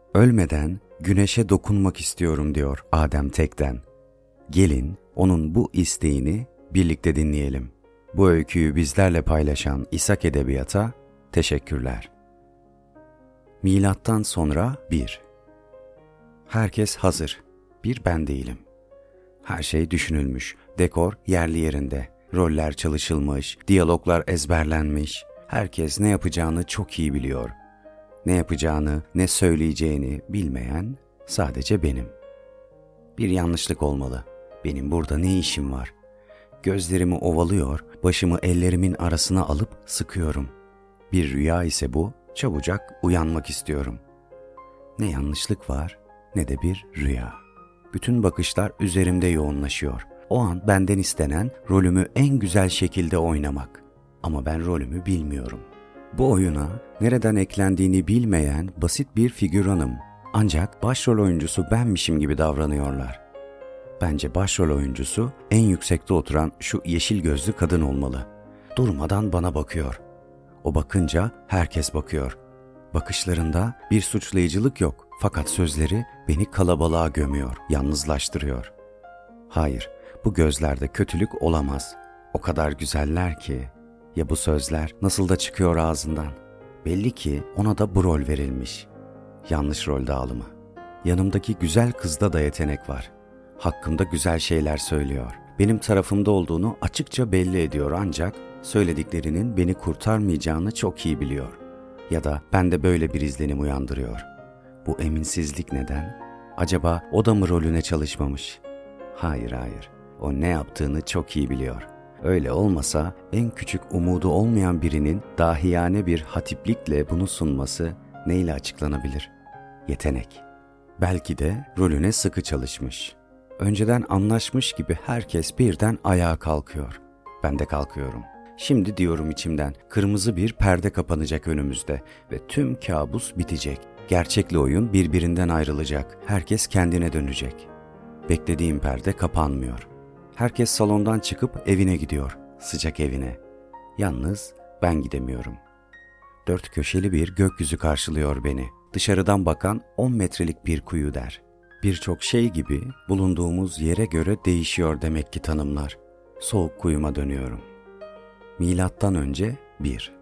Ölmeden güneşe dokunmak istiyorum diyor Adem Tek'ten. Gelin onun bu isteğini birlikte dinleyelim. Bu öyküyü bizlerle paylaşan İshak Edebiyat'a teşekkürler. Milattan sonra 1. Herkes hazır. Bir ben değilim. Her şey düşünülmüş, dekor yerli yerinde, roller çalışılmış, diyaloglar ezberlenmiş. Herkes ne yapacağını çok iyi biliyor. Ne yapacağını, ne söyleyeceğini bilmeyen sadece benim. Bir yanlışlık olmalı. Benim burada ne işim var? Gözlerimi ovalıyor, başımı ellerimin arasına alıp sıkıyorum. Bir rüya ise bu, çabucak uyanmak istiyorum. Ne yanlışlık var, ne de bir rüya. Bütün bakışlar üzerimde yoğunlaşıyor. O an benden istenen rolümü en güzel şekilde oynamak. Ama ben rolümü bilmiyorum. Bu oyuna nereden eklendiğini bilmeyen basit bir figüranım. Ancak başrol oyuncusu benmişim gibi davranıyorlar. Bence başrol oyuncusu en yüksekte oturan şu yeşil gözlü kadın olmalı. Durmadan bana bakıyor. O bakınca herkes bakıyor. Bakışlarında bir suçlayıcılık yok fakat sözleri beni kalabalığa gömüyor, yalnızlaştırıyor. Hayır, bu gözlerde kötülük olamaz. O kadar güzeller ki. Ya bu sözler nasıl da çıkıyor ağzından? Belli ki ona da bu rol verilmiş. Yanlış rol dağılımı. Yanımdaki güzel kızda da yetenek var. Hakkımda güzel şeyler söylüyor. Benim tarafımda olduğunu açıkça belli ediyor ancak söylediklerinin beni kurtarmayacağını çok iyi biliyor. Ya da bende böyle bir izlenim uyandırıyor. Bu eminsizlik neden? Acaba o da mı rolüne çalışmamış? Hayır. O ne yaptığını çok iyi biliyor. Öyle olmasa en küçük umudu olmayan birinin dahiyane bir hatiplikle bunu sunması neyle açıklanabilir? Yetenek. Belki de rolüne sıkı çalışmış. Önceden anlaşmış gibi herkes birden ayağa kalkıyor. Ben de kalkıyorum. Şimdi diyorum içimden, kırmızı bir perde kapanacak önümüzde ve tüm kabus bitecek. Gerçekle oyun birbirinden ayrılacak. Herkes kendine dönecek. Beklediğim perde kapanmıyor. Herkes salondan çıkıp evine gidiyor. Sıcak evine. Yalnız ben gidemiyorum. 4 köşeli bir gökyüzü karşılıyor beni. Dışarıdan bakan 10 metrelik bir kuyu der. Birçok şey gibi bulunduğumuz yere göre değişiyor demek ki tanımlar. Soğuk kuyuma dönüyorum. Milattan önce 1.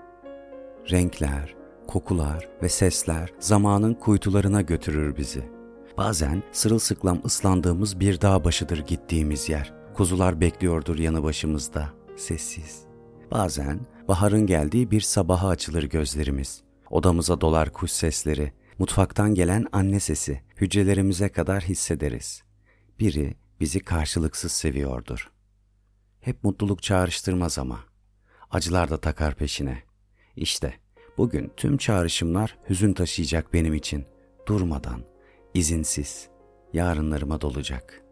Renkler, kokular ve sesler zamanın kuytularına götürür bizi. Bazen sırılsıklam ıslandığımız bir dağ başıdır gittiğimiz yer. Kuzular bekliyordur yanı başımızda, sessiz. Bazen baharın geldiği bir sabaha açılır gözlerimiz. Odamıza dolar kuş sesleri, mutfaktan gelen anne sesi, hücrelerimize kadar hissederiz. Biri bizi karşılıksız seviyordur. Hep mutluluk çağrıştırmaz ama. Acılar da takar peşine. İşte bugün tüm çağrışımlar hüzün taşıyacak benim için. Durmadan, izinsiz, yarınlarıma dolacak.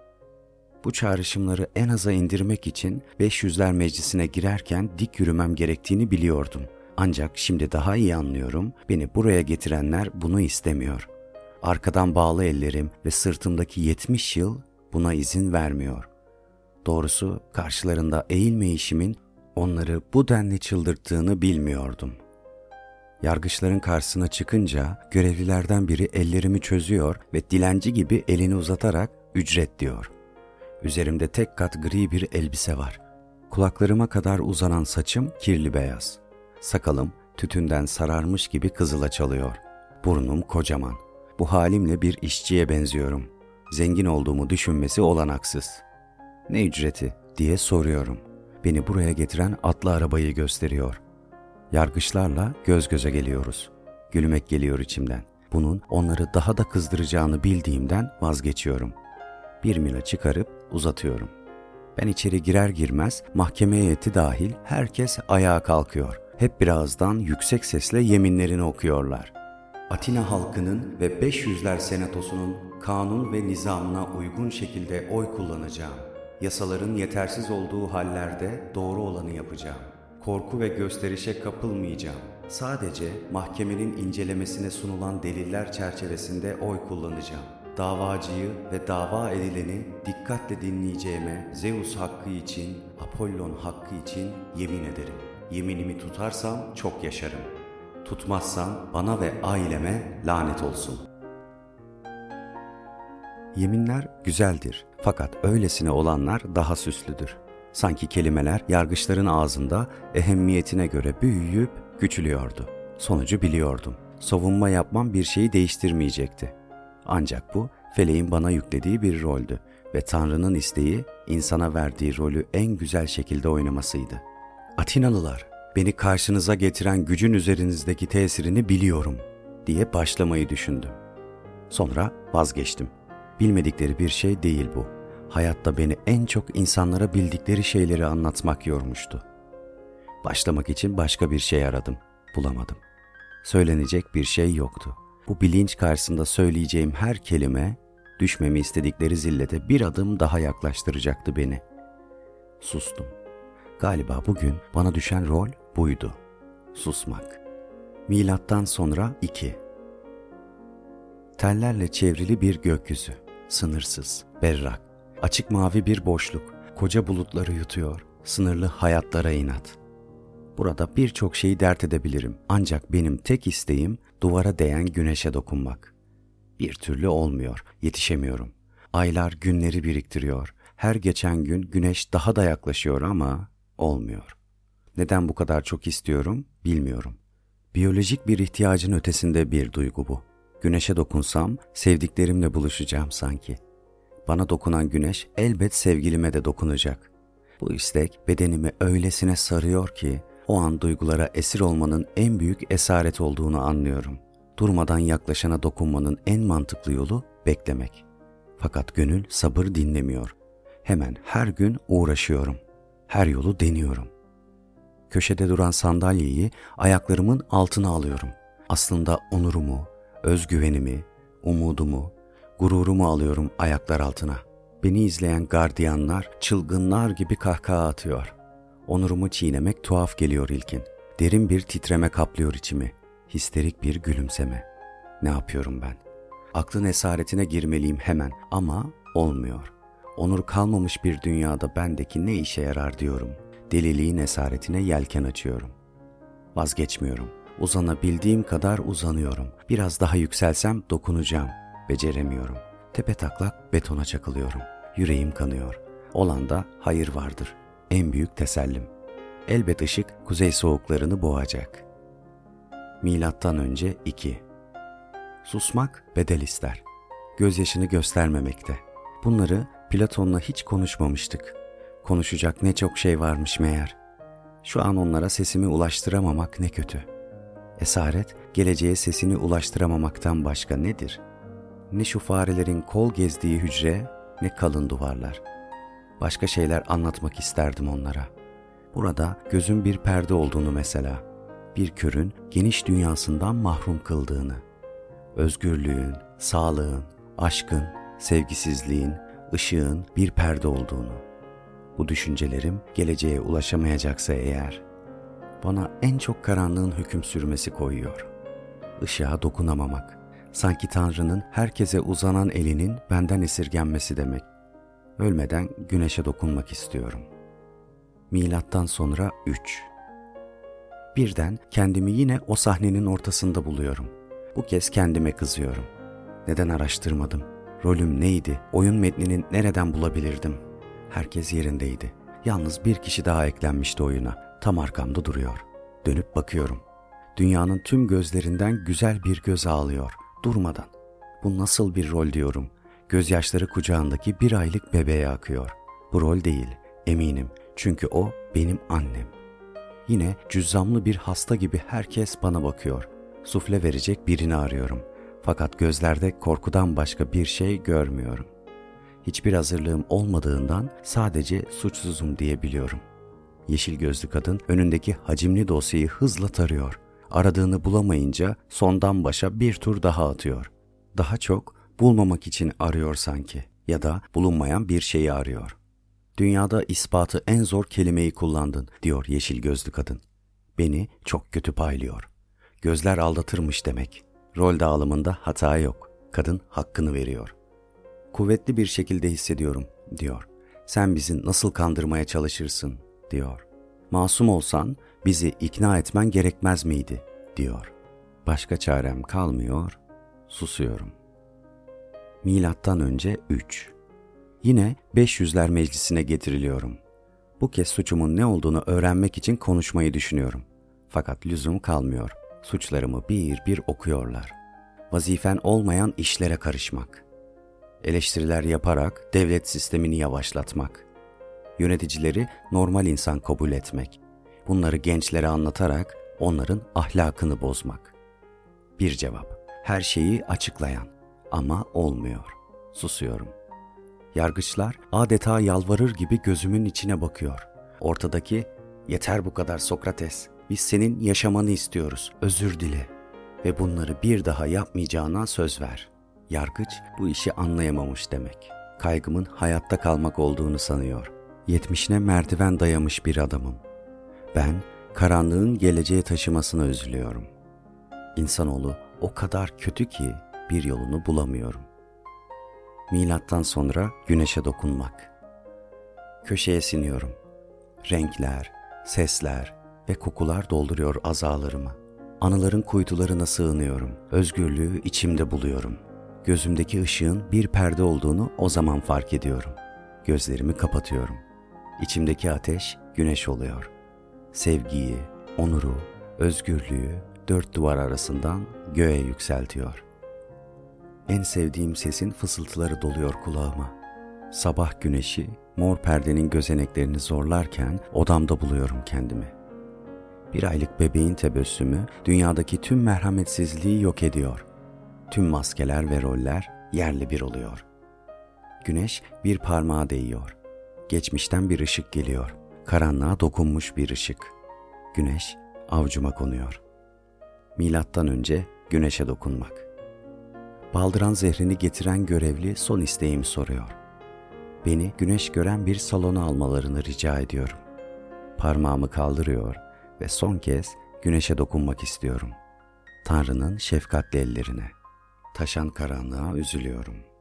Bu çağrışımları en aza indirmek için 500'ler meclisine girerken dik yürümem gerektiğini biliyordum. Ancak şimdi daha iyi anlıyorum, beni buraya getirenler bunu istemiyor. Arkadan bağlı ellerim ve sırtımdaki 70 yıl buna izin vermiyor. Doğrusu karşılarında eğilmeyişimin onları bu denli çıldırttığını bilmiyordum. Yargıçların karşısına çıkınca görevlilerden biri ellerimi çözüyor ve dilenci gibi elini uzatarak ücret diyor. Üzerimde tek kat gri bir elbise var. Kulaklarıma kadar uzanan saçım kirli beyaz. Sakalım tütünden sararmış gibi kızıla çalıyor. Burnum kocaman. Bu halimle bir işçiye benziyorum. Zengin olduğumu düşünmesi olanaksız. Ne ücreti diye soruyorum. Beni buraya getiren atlı arabayı gösteriyor. Yargıçlarla göz göze geliyoruz. Gülmek geliyor içimden. Bunun onları daha da kızdıracağını bildiğimden vazgeçiyorum. 1 mila çıkarıp uzatıyorum. Ben içeri girer girmez mahkeme heyeti dahil herkes ayağa kalkıyor. Hep bir ağızdan yüksek sesle yeminlerini okuyorlar. Atina halkının ve 500'ler senatosunun kanun ve nizamına uygun şekilde oy kullanacağım. Yasaların yetersiz olduğu hallerde doğru olanı yapacağım. Korku ve gösterişe kapılmayacağım. Sadece mahkemenin incelemesine sunulan deliller çerçevesinde oy kullanacağım. Davacıyı ve dava edileni dikkatle dinleyeceğime Zeus hakkı için, Apollon hakkı için yemin ederim. Yeminimi tutarsam çok yaşarım. Tutmazsan bana ve aileme lanet olsun. Yeminler güzeldir fakat öylesine olanlar daha süslüdür. Sanki kelimeler yargıçların ağzında ehemmiyetine göre büyüyüp küçülüyordu. Sonucu biliyordum. Savunma yapmam bir şeyi değiştirmeyecekti. Ancak bu feleğin bana yüklediği bir roldü ve Tanrı'nın isteği insana verdiği rolü en güzel şekilde oynamasıydı. Atinalılar, beni karşınıza getiren gücün üzerinizdeki tesirini biliyorum diye başlamayı düşündüm. Sonra vazgeçtim. Bilmedikleri bir şey değil bu. Hayatta beni en çok insanlara bildikleri şeyleri anlatmak yormuştu. Başlamak için başka bir şey aradım. Bulamadım. Söylenecek bir şey yoktu. Bu bilinç karşısında söyleyeceğim her kelime, düşmemi istedikleri zillete bir adım daha yaklaştıracaktı beni. Sustum. Galiba bugün bana düşen rol buydu. Susmak. Milattan sonra 2. Tellerle çevrili bir gökyüzü. Sınırsız, berrak. Açık mavi bir boşluk. Koca bulutları yutuyor. Sınırlı hayatlara inat. Burada birçok şeyi dert edebilirim. Ancak benim tek isteğim duvara değen güneşe dokunmak. Bir türlü olmuyor. Yetişemiyorum. Aylar günleri biriktiriyor. Her geçen gün güneş daha da yaklaşıyor ama olmuyor. Neden bu kadar çok istiyorum bilmiyorum. Biyolojik bir ihtiyacın ötesinde bir duygu bu. Güneşe dokunsam sevdiklerimle buluşacağım sanki. Bana dokunan güneş elbet sevgilime de dokunacak. Bu istek bedenimi öylesine sarıyor ki o an duygulara esir olmanın en büyük esaret olduğunu anlıyorum. Durmadan yaklaşana dokunmanın en mantıklı yolu beklemek. Fakat gönül sabır dinlemiyor. Hemen her gün uğraşıyorum. Her yolu deniyorum. Köşede duran sandalyeyi ayaklarımın altına alıyorum. Aslında onurumu, özgüvenimi, umudumu, gururumu alıyorum ayaklar altına. Beni izleyen gardiyanlar çılgınlar gibi kahkaha atıyor. Onurumu çiğnemek tuhaf geliyor ilkin. Derin bir titreme kaplıyor içimi. Histerik bir gülümseme. Ne yapıyorum ben? Aklın esaretine girmeliyim hemen ama olmuyor. Onur kalmamış bir dünyada bendeki ne işe yarar diyorum. Deliliğin esaretine yelken açıyorum. Vazgeçmiyorum. Uzanabildiğim kadar uzanıyorum. Biraz daha yükselsem dokunacağım. Beceremiyorum. Tepetaklak betona çakılıyorum. Yüreğim kanıyor. Olanda hayır vardır. En büyük tesellim. Elbet ışık kuzey soğuklarını boğacak. Milattan önce 2. Susmak bedel ister. Gözyaşını göstermemekte. Bunları Platon'la hiç konuşmamıştık. Konuşacak ne çok şey varmış meğer. Şu an onlara sesimi ulaştıramamak ne kötü. Esaret, geleceğe sesini ulaştıramamaktan başka nedir? Ne şu farelerin kol gezdiği hücre, ne kalın duvarlar. Başka şeyler anlatmak isterdim onlara. Burada gözün bir perde olduğunu mesela. Bir körün geniş dünyasından mahrum kıldığını. Özgürlüğün, sağlığın, aşkın, sevgisizliğin, ışığın bir perde olduğunu. Bu düşüncelerim geleceğe ulaşamayacaksa eğer, bana en çok karanlığın hüküm sürmesi koyuyor. Işığa dokunamamak, sanki Tanrı'nın herkese uzanan elinin benden esirgenmesi demek. Ölmeden güneşe dokunmak istiyorum. Milattan sonra 3. Birden kendimi yine o sahnenin ortasında buluyorum. Bu kez kendime kızıyorum. Neden araştırmadım? Rolüm neydi? Oyun metnini nereden bulabilirdim? Herkes yerindeydi. Yalnız bir kişi daha eklenmişti oyuna. Tam arkamda duruyor. Dönüp bakıyorum. Dünyanın tüm gözlerinden güzel bir göz ağlıyor. Durmadan. Bu nasıl bir rol diyorum. Gözyaşları kucağındaki 1 aylık bebeğe akıyor. Bu rol değil, eminim. Çünkü o benim annem. Yine cüzzamlı bir hasta gibi herkes bana bakıyor. Sufle verecek birini arıyorum. Fakat gözlerde korkudan başka bir şey görmüyorum. Hiçbir hazırlığım olmadığından sadece suçsuzum diyebiliyorum. Yeşil gözlü kadın önündeki hacimli dosyayı hızla tarıyor. Aradığını bulamayınca sondan başa bir tur daha atıyor. Daha çok bulmamak için arıyor sanki ya da bulunmayan bir şeyi arıyor. Dünyada ispatı en zor kelimeyi kullandın diyor yeşil gözlü kadın. Beni çok kötü paylıyor. Gözler aldatırmış demek. Rol dağılımında hata yok. Kadın hakkını veriyor. Kuvvetli bir şekilde hissediyorum diyor. Sen bizi nasıl kandırmaya çalışırsın diyor. Masum olsan bizi ikna etmen gerekmez miydi diyor. Başka çarem kalmıyor, susuyorum. Milattan önce 3. Yine 500'ler meclisine getiriliyorum. Bu kez suçumun ne olduğunu öğrenmek için konuşmayı düşünüyorum. Fakat lüzum kalmıyor. Suçlarımı bir bir okuyorlar. Vazifen olmayan işlere karışmak. Eleştiriler yaparak devlet sistemini yavaşlatmak. Yöneticileri normal insan kabul etmek. Bunları gençlere anlatarak onların ahlakını bozmak. Bir cevap. Her şeyi açıklayan ama olmuyor. Susuyorum. Yargıçlar adeta yalvarır gibi gözümün içine bakıyor. Ortadaki "Yeter bu kadar Sokrates, biz senin yaşamanı istiyoruz, özür dile ve bunları bir daha yapmayacağına söz ver." Yargıç bu işi anlayamamış demek. Kaygımın hayatta kalmak olduğunu sanıyor. 70'ine merdiven dayamış bir adamım. Ben karanlığın geleceğe taşımasına üzülüyorum. İnsanoğlu o kadar kötü ki bir yolunu bulamıyorum. Milattan sonra güneşe dokunmak. Köşeye siniyorum. Renkler, sesler ve kokular dolduruyor azalarımı. Anıların kuytularına sığınıyorum. Özgürlüğü içimde buluyorum. Gözümdeki ışığın bir perde olduğunu o zaman fark ediyorum. Gözlerimi kapatıyorum. İçimdeki ateş güneş oluyor. Sevgiyi, onuru, özgürlüğü dört duvar arasından göğe yükseltiyor. En sevdiğim sesin fısıltıları doluyor kulağıma. Sabah güneşi mor perdenin gözeneklerini zorlarken odamda buluyorum kendimi. Bir aylık bebeğin tebessümü dünyadaki tüm merhametsizliği yok ediyor. Tüm maskeler ve roller yerle bir oluyor. Güneş bir parmağa değiyor. Geçmişten bir ışık geliyor. Karanlığa dokunmuş bir ışık. Güneş avcuma konuyor. Milattan önce güneşe dokunmak. Baldıran zehrini getiren görevli son isteğimi soruyor. Beni güneş gören bir salona almalarını rica ediyorum. Parmağımı kaldırıyor ve son kez güneşe dokunmak istiyorum. Tanrı'nın şefkatli ellerine. Taşan karanlığa üzülüyorum.